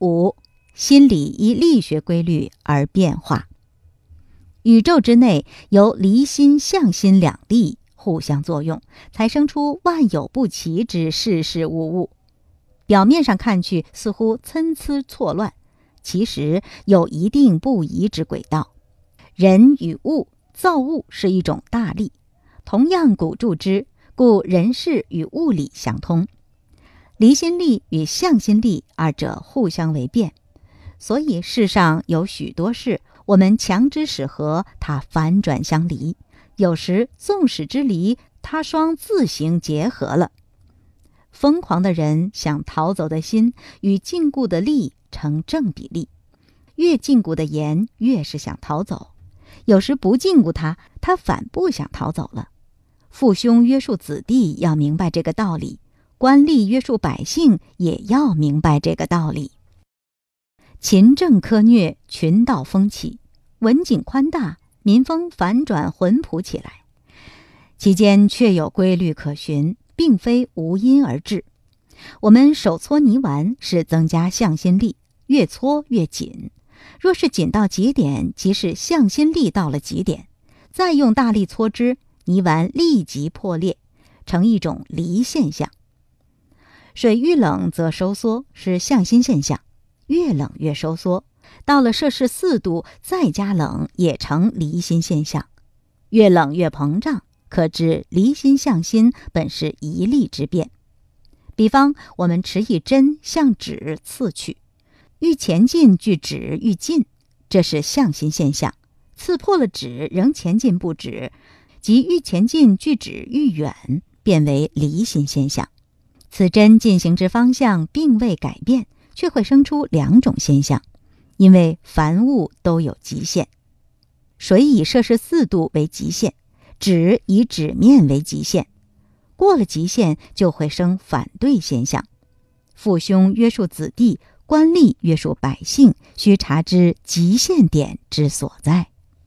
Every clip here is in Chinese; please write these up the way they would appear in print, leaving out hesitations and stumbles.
5. 心理依力学规律而变化。宇宙之内由离心、向心两力互相作用，才生出万有不齐之事事物物。表面上看去似乎参差错乱，其实有一定不移之轨道。人与物，造物是一种大力，同样鼓助之，故人事与物理相通。离心力与向心力二者互相为变，所以世上有许多事，我们强之使合，它反转相离；有时纵使之离，它双自行结合了。疯狂的人想逃走的心与禁锢的力成正比例，越禁锢的言越是想逃走；有时不禁锢他，他反不想逃走了。父兄约束子弟要明白这个道理，官吏约束百姓也要明白这个道理。勤政苛虐，群盗风起，文景宽大，民风反转浑朴起来，其间确有规律可循，并非无因而至。我们手搓泥丸是增加向心力，越搓越紧，若是紧到极点，即是向心力到了极点，再用大力搓之，泥丸立即破裂，成一种离现象。水遇冷则收缩，是向心现象，越冷越收缩，到了摄氏4度再加冷也成离心现象，越冷越膨胀，可知离心向心本是一力之变。比方我们持一针向指刺去，愈前进距指愈近，这是向心现象，刺破了指仍前进不止，即愈前进距指愈远，变为离心现象。此针进行之方向并未改变，却会生出两种现象，因为凡物都有极限。水以摄氏4度为极限，纸以纸面为极限，过了极限就会生反对现象。父兄约束子弟，官吏约束百姓，须察知极限点之所在。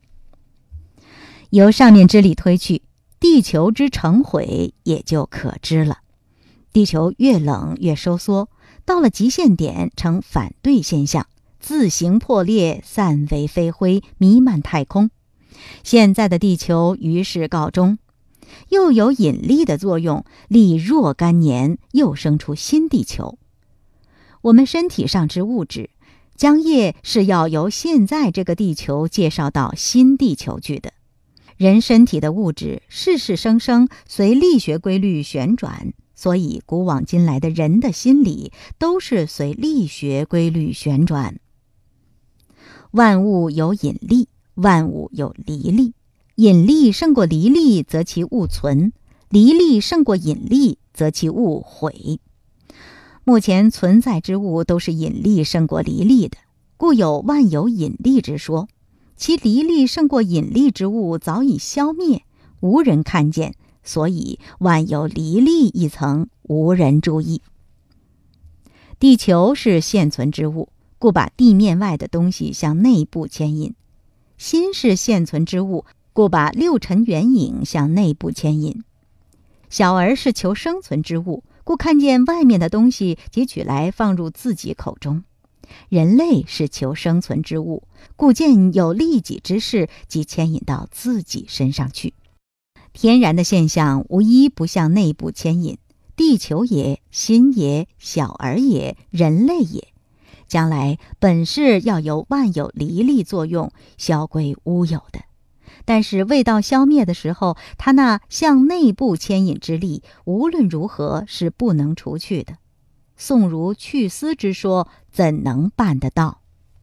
由上面之理推去，地球之成毁也就可知了。地球越冷越收缩，到了极限点成反对现象，自行破裂，散为飞灰，弥漫太空。现在的地球于是告终。又有引力的作用，历若干年，又生出新地球。我们身体上之物质，浆液是要由现在这个地球介绍到新地球去的。人身体的物质世世生生随力学规律旋转，所以古往今来的人的心理都是随力学规律旋转。万物有引力，万物有离力，引力胜过离力，则其物存；离力胜过引力，则其物毁。目前存在之物都是引力胜过离力的，故有万有引力之说。其离力胜过引力之物早已消灭，无人看见，所以万有离力一层，无人注意。地球是现存之物，故把地面外的东西向内部牵引；心是现存之物，故把六尘缘影向内部牵引。小儿是求生存之物，故看见外面的东西即取来放入自己口中。人类是求生存之物，故见有利己之事，即牵引到自己身上去。天然的现象无一不向内部牵引，地球也，心也，小儿也，人类也。将来本是要由万有离力作用，消归乌有的。但是未到消灭的时候，它那向内部牵引之力，无论如何是不能除去的。宋儒去思之说，怎能办得到？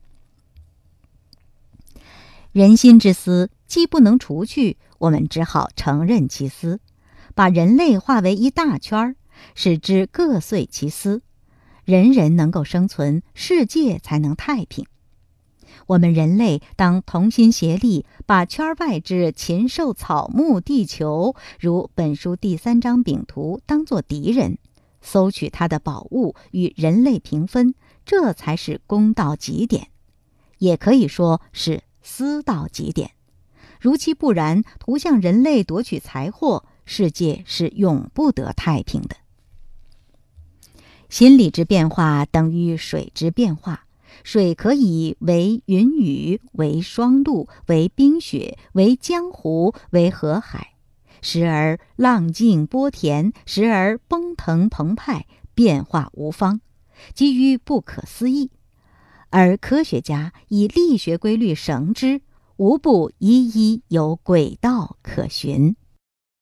人心之思既不能除去，我们只好承认其思，把人类化为一大圈，使之各遂其思，人人能够生存，世界才能太平。我们人类当同心协力，把圈外之禽兽草木地球，如本书第3章丙图，当作敌人，搜取他的宝物与人类平分，这才是公道极点，也可以说是私道极点。如其不然，图向人类夺取财货，世界是永不得太平的。 心理之变化等于水之变化，水可以为云雨，为霜露，为冰雪，为江湖，为河海，时而浪静波恬，时而奔腾澎湃，变化无方，几于不可思议。而科学家以力学规律绳之，无不一一有轨道可循。